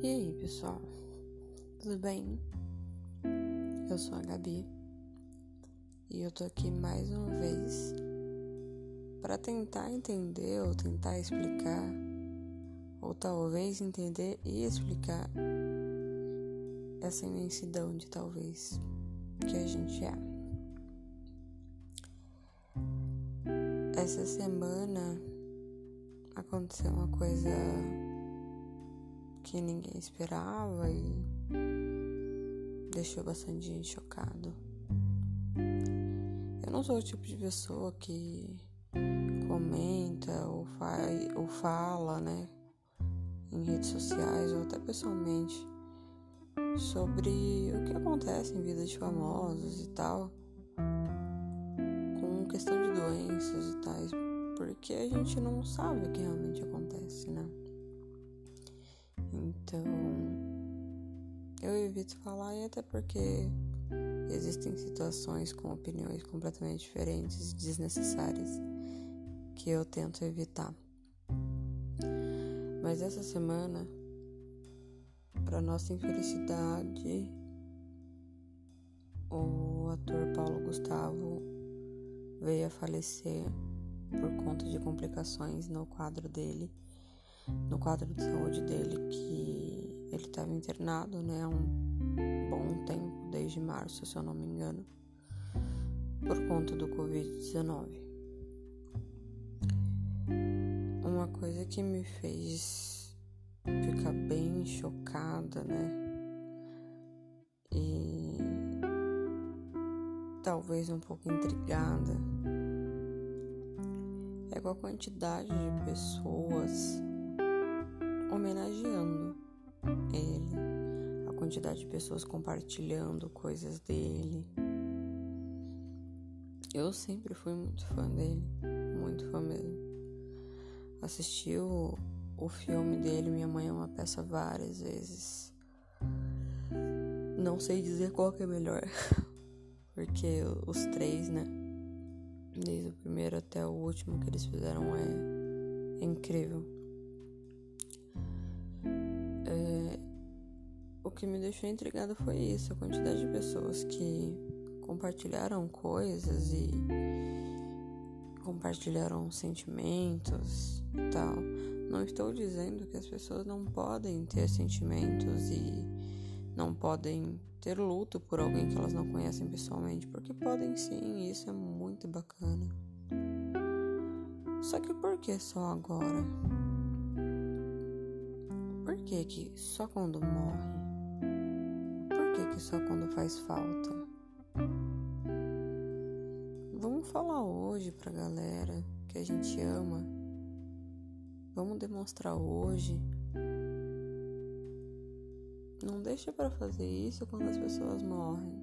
E aí, pessoal? Tudo bem? Eu sou a Gabi e eu tô aqui mais uma vez para tentar entender ou tentar explicar, ou talvez entender e explicar essa imensidão de talvez que a gente é. Essa semana aconteceu uma coisa que ninguém esperava e deixou bastante gente chocado. Eu não sou o tipo de pessoa que comenta ou fala, né, em redes sociais ou até pessoalmente sobre o que acontece em vida de famosos e tal, com questão de doenças e tais, porque a gente não sabe o que realmente acontece, né? Então, eu evito falar, e até porque existem situações com opiniões completamente diferentes e desnecessárias que eu tento evitar. Mas essa semana, para nossa infelicidade, o ator Paulo Gustavo veio a falecer por conta de complicações no quadro de saúde dele, que ele estava internado, né, há um bom tempo, desde março, se eu não me engano, por conta do Covid-19. Uma coisa que me fez ficar bem chocada, né, e talvez um pouco intrigada, é com a quantidade de pessoas homenageando ele, a quantidade de pessoas compartilhando coisas dele. Eu sempre fui muito fã dele, muito fã mesmo. Assisti o filme dele, Minha Mãe é uma Peça, várias vezes. Não sei dizer qual que é melhor, porque os três, né, desde o primeiro até o último que eles fizeram é incrível. O que me deixou intrigada foi isso, a quantidade de pessoas que compartilharam coisas e compartilharam sentimentos e tal. Não estou dizendo que as pessoas não podem ter sentimentos e não podem ter luto por alguém que elas não conhecem pessoalmente, porque podem sim, e isso é muito bacana. Só que por que só agora? Por que só quando morre? Por que só quando faz falta? Vamos falar hoje pra galera que a gente ama. Vamos demonstrar hoje. Não deixa pra fazer isso quando as pessoas morrem.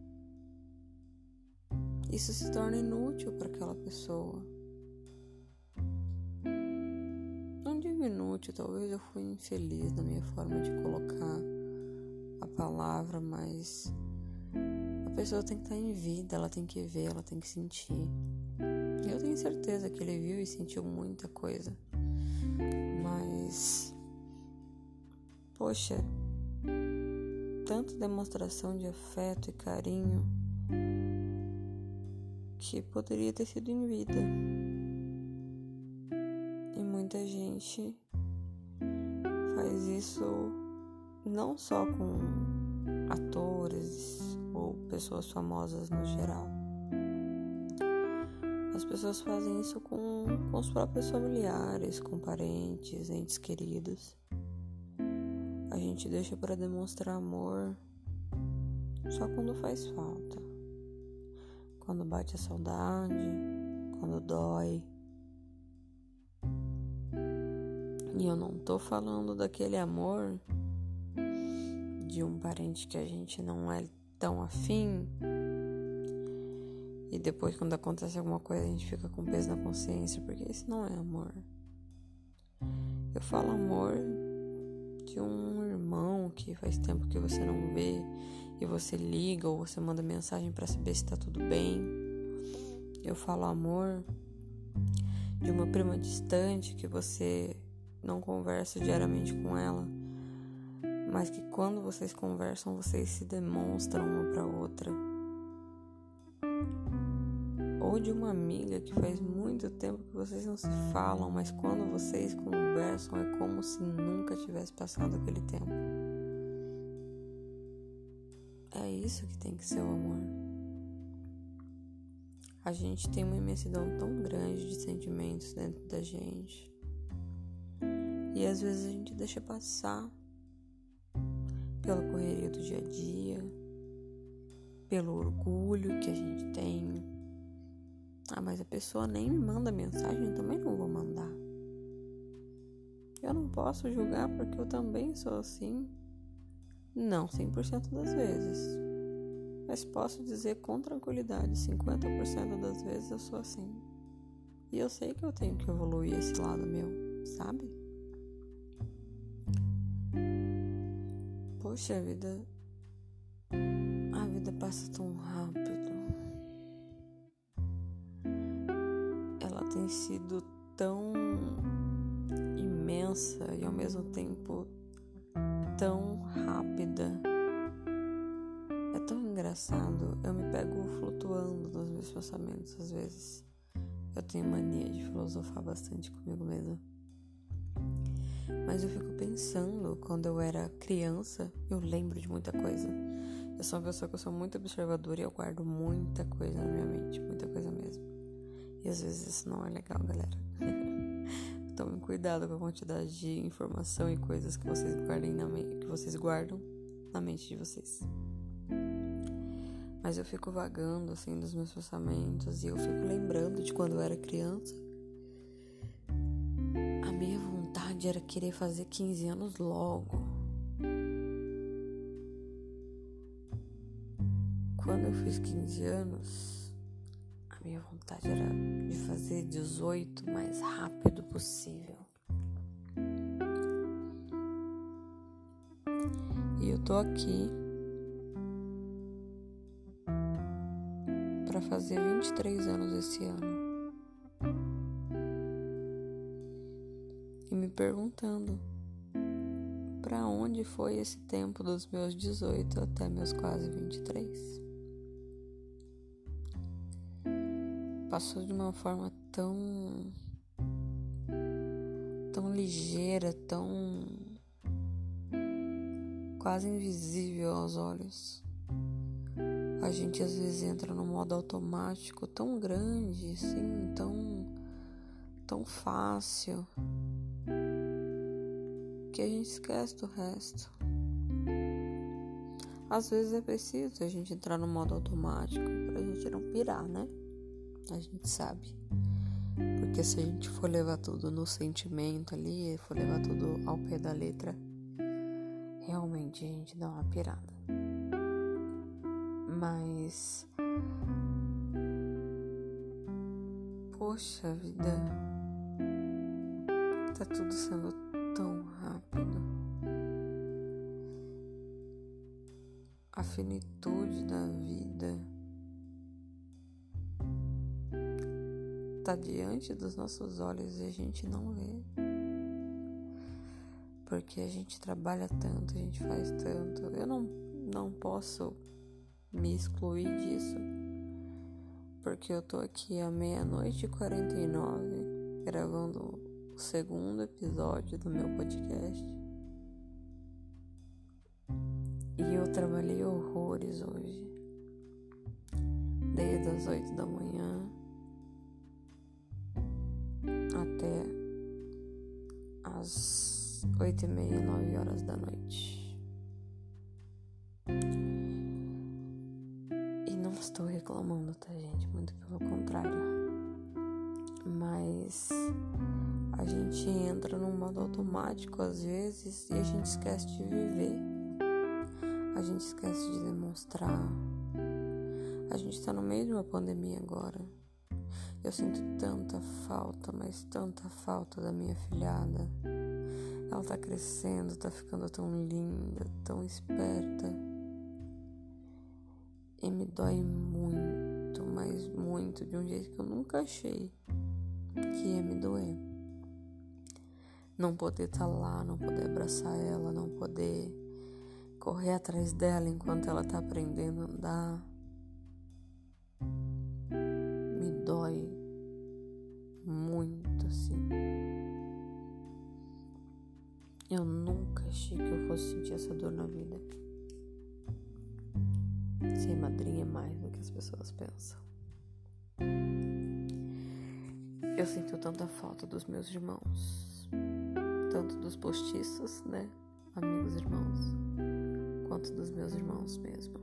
Isso se torna inútil pra aquela pessoa. Não digo inútil, talvez eu fui infeliz na minha forma de colocar a palavra, mas a pessoa tem que estar em vida, ela tem que ver, ela tem que sentir. Eu tenho certeza que ele viu e sentiu muita coisa, mas poxa, tanta demonstração de afeto e carinho que poderia ter sido em vida. E muita gente faz isso não só com atores ou pessoas famosas no geral. As pessoas fazem isso com os próprios familiares, com parentes, entes queridos. A gente deixa para demonstrar amor só quando faz falta. Quando bate a saudade, quando dói. E eu não tô falando daquele amor de um parente que a gente não é tão afim e depois quando acontece alguma coisa a gente fica com peso na consciência, porque isso não é amor. Eu falo amor de um irmão que faz tempo que você não vê e você liga ou você manda mensagem pra saber se tá tudo bem. Eu falo amor de uma prima distante que você não conversa diariamente com ela, mas que quando vocês conversam, vocês se demonstram uma pra outra. Ou de uma amiga que faz muito tempo que vocês não se falam, mas quando vocês conversam é como se nunca tivesse passado aquele tempo. É isso que tem que ser o amor. A gente tem uma imensidão tão grande de sentimentos dentro da gente. E às vezes a gente deixa passar pela correria do dia a dia, pelo orgulho que a gente tem. Mas a pessoa nem me manda mensagem, eu também não vou mandar. Eu não posso julgar porque eu também sou assim. Não 100% das vezes. Mas posso dizer com tranquilidade, 50% das vezes eu sou assim. E eu sei que eu tenho que evoluir esse lado meu, sabe? Poxa, a vida passa tão rápido. Ela tem sido tão imensa e ao mesmo tempo tão rápida. É tão engraçado. Eu me pego flutuando nos meus pensamentos às vezes. Eu tenho mania de filosofar bastante comigo mesma. Mas eu fico pensando, quando eu era criança, eu lembro de muita coisa. Eu sou uma pessoa que eu sou muito observadora e eu guardo muita coisa na minha mente, muita coisa mesmo. E às vezes isso não é legal, galera. Tomem cuidado com a quantidade de informação e coisas que vocês guardam na mente de vocês. Mas eu fico vagando assim nos meus pensamentos e eu fico lembrando de quando eu era criança. A minha vontade era querer fazer 15 anos logo. Quando eu fiz 15 anos, a minha vontade era de fazer 18 o mais rápido possível. E eu tô aqui para fazer 23 anos esse ano. E me perguntando para onde foi esse tempo dos meus 18 até meus quase 23. Passou de uma forma tão ligeira, tão quase invisível aos olhos. A gente às vezes entra no modo automático tão grande, assim, tão fácil, que a gente esquece do resto. Às vezes é preciso a gente entrar no modo automático pra gente não pirar, né? A gente sabe. Porque se a gente for levar tudo no sentimento ali, for levar tudo ao pé da letra, realmente a gente dá uma pirada. Mas poxa vida, tá tudo sendo tão rápido. A finitude da vida tá diante dos nossos olhos e a gente não vê. Porque a gente trabalha tanto, a gente faz tanto. Eu não posso me excluir disso. Porque eu tô aqui à 00:49 gravando o segundo episódio do meu podcast. E eu trabalhei horrores hoje. Desde as 8 da manhã até as 8:30, 9 horas da noite. E não estou reclamando, tá, gente? Muito pelo contrário. Mas a gente entra num modo automático às vezes e a gente esquece de viver. A gente esquece de demonstrar. A gente tá no meio de uma pandemia agora. Eu sinto tanta falta, mas tanta falta da minha filhada. Ela tá crescendo, tá ficando tão linda, tão esperta. E me dói muito, mas muito, de um jeito que eu nunca achei que ia me doer. Não poder estar lá, não poder abraçar ela, não poder correr atrás dela enquanto ela tá aprendendo a andar me dói muito, assim. Eu nunca achei que eu fosse sentir essa dor na vida. Ser madrinha é mais do que as pessoas pensam. Eu sinto tanta falta dos meus irmãos, tanto dos postiços, né, amigos irmãos, quanto dos meus irmãos mesmo.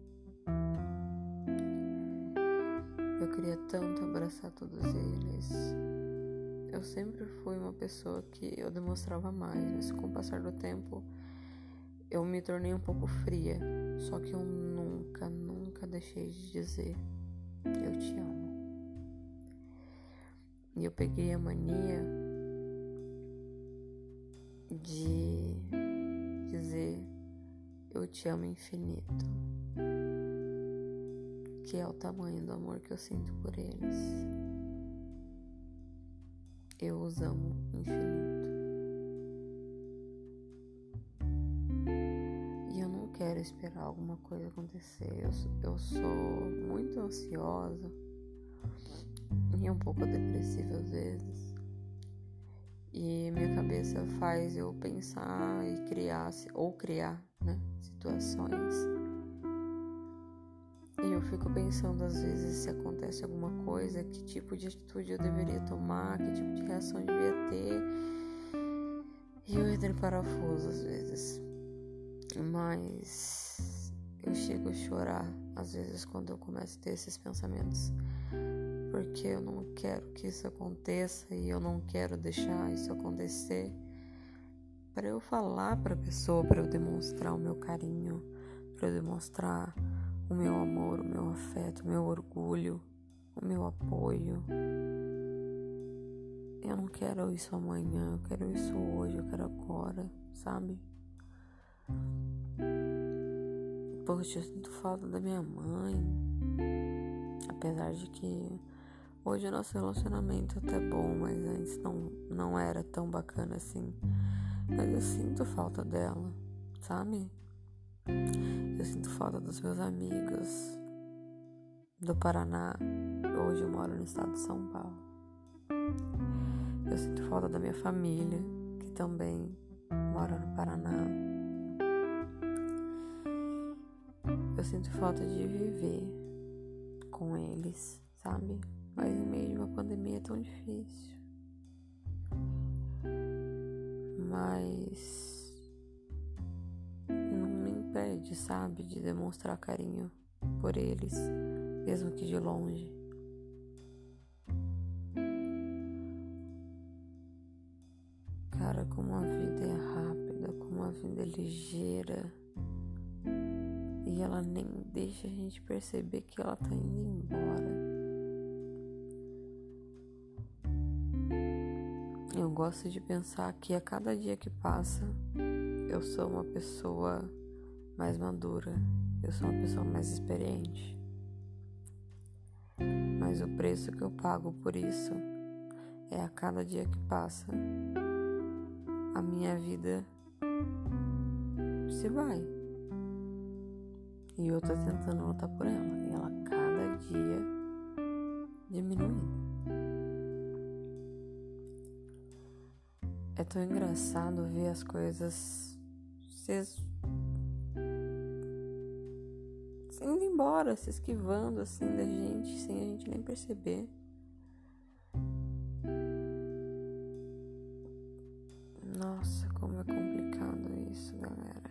Eu queria tanto abraçar todos eles. Eu sempre fui uma pessoa que eu demonstrava mais, mas com o passar do tempo eu me tornei um pouco fria. Só que eu nunca deixei de dizer eu te amo. E eu peguei a mania de dizer eu te amo infinito, que é o tamanho do amor que eu sinto por eles. Eu os amo infinito. E eu não quero esperar alguma coisa acontecer. Eu sou muito ansiosa e um pouco depressiva às vezes. E minha cabeça faz eu pensar e criar, né, situações. E eu fico pensando às vezes se acontece alguma coisa, que tipo de atitude eu deveria tomar, que tipo de reação eu devia ter. E eu entro em parafuso às vezes. Mas eu chego a chorar às vezes quando eu começo a ter esses pensamentos. Porque eu não quero que isso aconteça e eu não quero deixar isso acontecer. Para eu falar para a pessoa, para eu demonstrar o meu carinho, para eu demonstrar o meu amor, o meu afeto, o meu orgulho, o meu apoio. Eu não quero isso amanhã, eu quero isso hoje, eu quero agora, sabe? Poxa, eu sinto falta da minha mãe. Apesar de que hoje o nosso relacionamento é até bom, mas antes não era tão bacana assim. Mas eu sinto falta dela, sabe? Eu sinto falta dos meus amigos do Paraná. Hoje eu moro no estado de São Paulo. Eu sinto falta da minha família, que também mora no Paraná. Eu sinto falta de viver com eles, sabe? Mas em meio de uma pandemia é tão difícil. Mas não me impede, sabe, de demonstrar carinho por eles, mesmo que de longe. Cara, como a vida é rápida, como a vida é ligeira. E ela nem deixa a gente perceber que ela tá indo embora. Eu gosto de pensar que a cada dia que passa, eu sou uma pessoa mais madura, eu sou uma pessoa mais experiente. Mas o preço que eu pago por isso é a cada dia que passa, a minha vida se vai. E eu tô tentando lutar por ela, e ela cada dia diminuindo. É tão engraçado ver as coisas indo embora, se esquivando assim da gente, sem a gente nem perceber. Nossa, como é complicado isso, galera.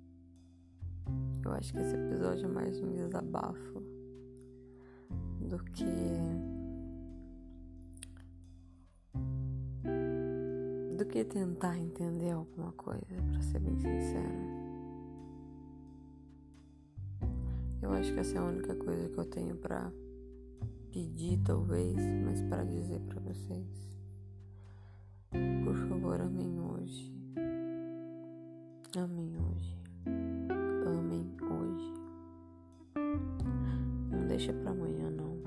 Eu acho que esse episódio é mais um desabafo do que tentar entender alguma coisa, pra ser bem sincera. Eu acho que essa é a única coisa que eu tenho pra pedir, talvez, mas pra dizer pra vocês. Por favor, amem hoje. Amem hoje. Amem hoje. Não deixa pra amanhã, não.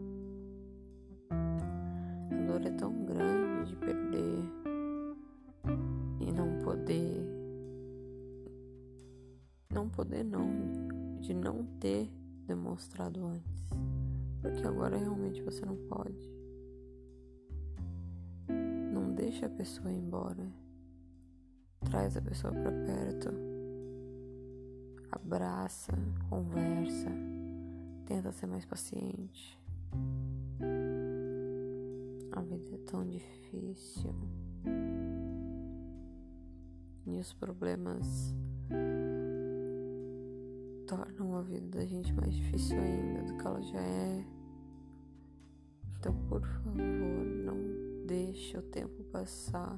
A dor é tão grande de perder e não poder não, de não ter demonstrado antes, porque agora realmente você não pode. Não deixa a pessoa ir embora, traz a pessoa pra perto, abraça, conversa, tenta ser mais paciente. A vida é tão difícil e os problemas tornam a vida da gente mais difícil ainda do que ela já é. Então, por favor, não deixe o tempo passar.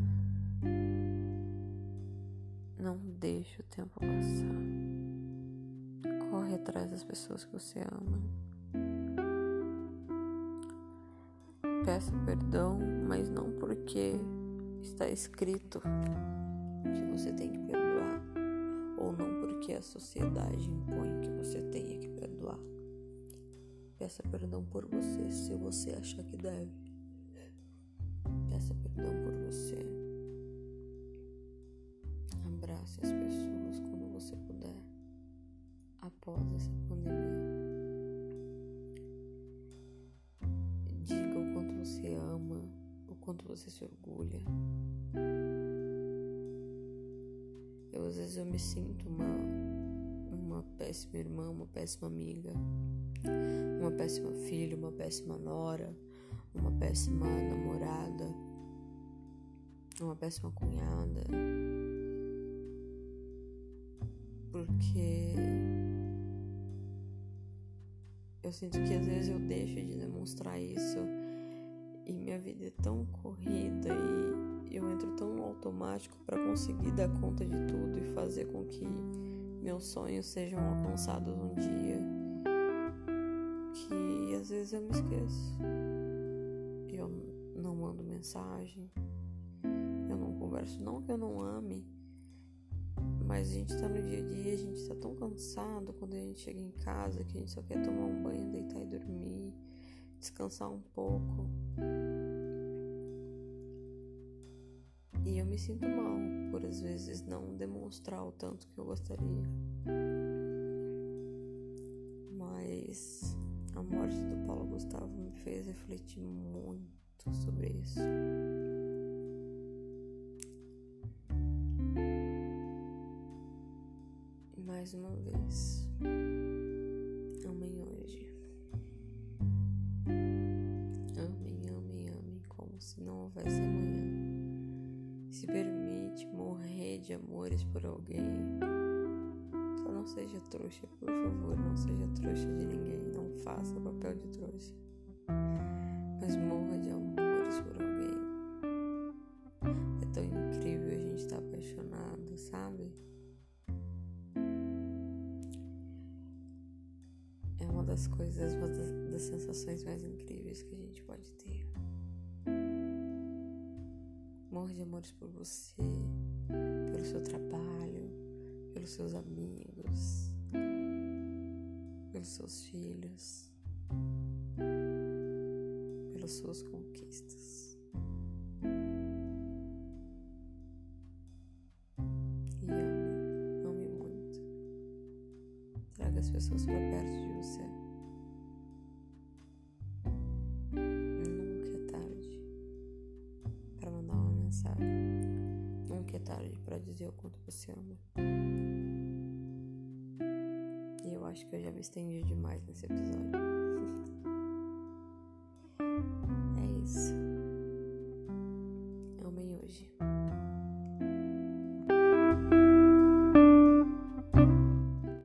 Não deixe o tempo passar. Corre atrás das pessoas que você ama. Peça perdão, mas não porque está escrito que você tem que perdoar, ou não porque a sociedade impõe que você tenha que perdoar. Peça perdão por você, se você achar que deve. Peça perdão por você. Abrace as pessoas quando você puder, após essa pandemia. Diga o quanto você ama, o quanto você se orgulha. Às vezes eu me sinto uma péssima irmã, uma péssima amiga, uma péssima filha, uma péssima nora, uma péssima namorada, uma péssima cunhada, porque eu sinto que às vezes eu deixo de demonstrar isso e minha vida é tão corrida e eu entro tão no automático para conseguir dar conta de tudo e fazer com que meus sonhos sejam alcançados um dia, que às vezes eu me esqueço. Eu não mando mensagem, eu não converso, não que eu não ame, mas a gente tá no dia a dia, a gente tá tão cansado quando a gente chega em casa que a gente só quer tomar um banho, deitar e dormir, descansar um pouco. E eu me sinto mal por às vezes não demonstrar o tanto que eu gostaria. Mas a morte do Paulo Gustavo me fez refletir muito sobre isso. E mais uma vez, amem hoje. Amem, amem, amem como se não houvesse amanhã. Se permite morrer de amores por alguém. Só não seja trouxa, por favor, não seja trouxa de ninguém. Não faça papel de trouxa. Mas morra de amores por alguém. É tão incrível a gente estar apaixonado, sabe? É uma das coisas, uma das sensações mais incríveis que a gente pode ter. Morra de amores por você, pelo seu trabalho, pelos seus amigos, pelos seus filhos, pelas suas conquistas. E ame muito. Traga as pessoas para perto de você. Nunca é tarde para dizer o quanto você ama. E eu acho que eu já me estendi demais nesse episódio. É isso. Amem hoje.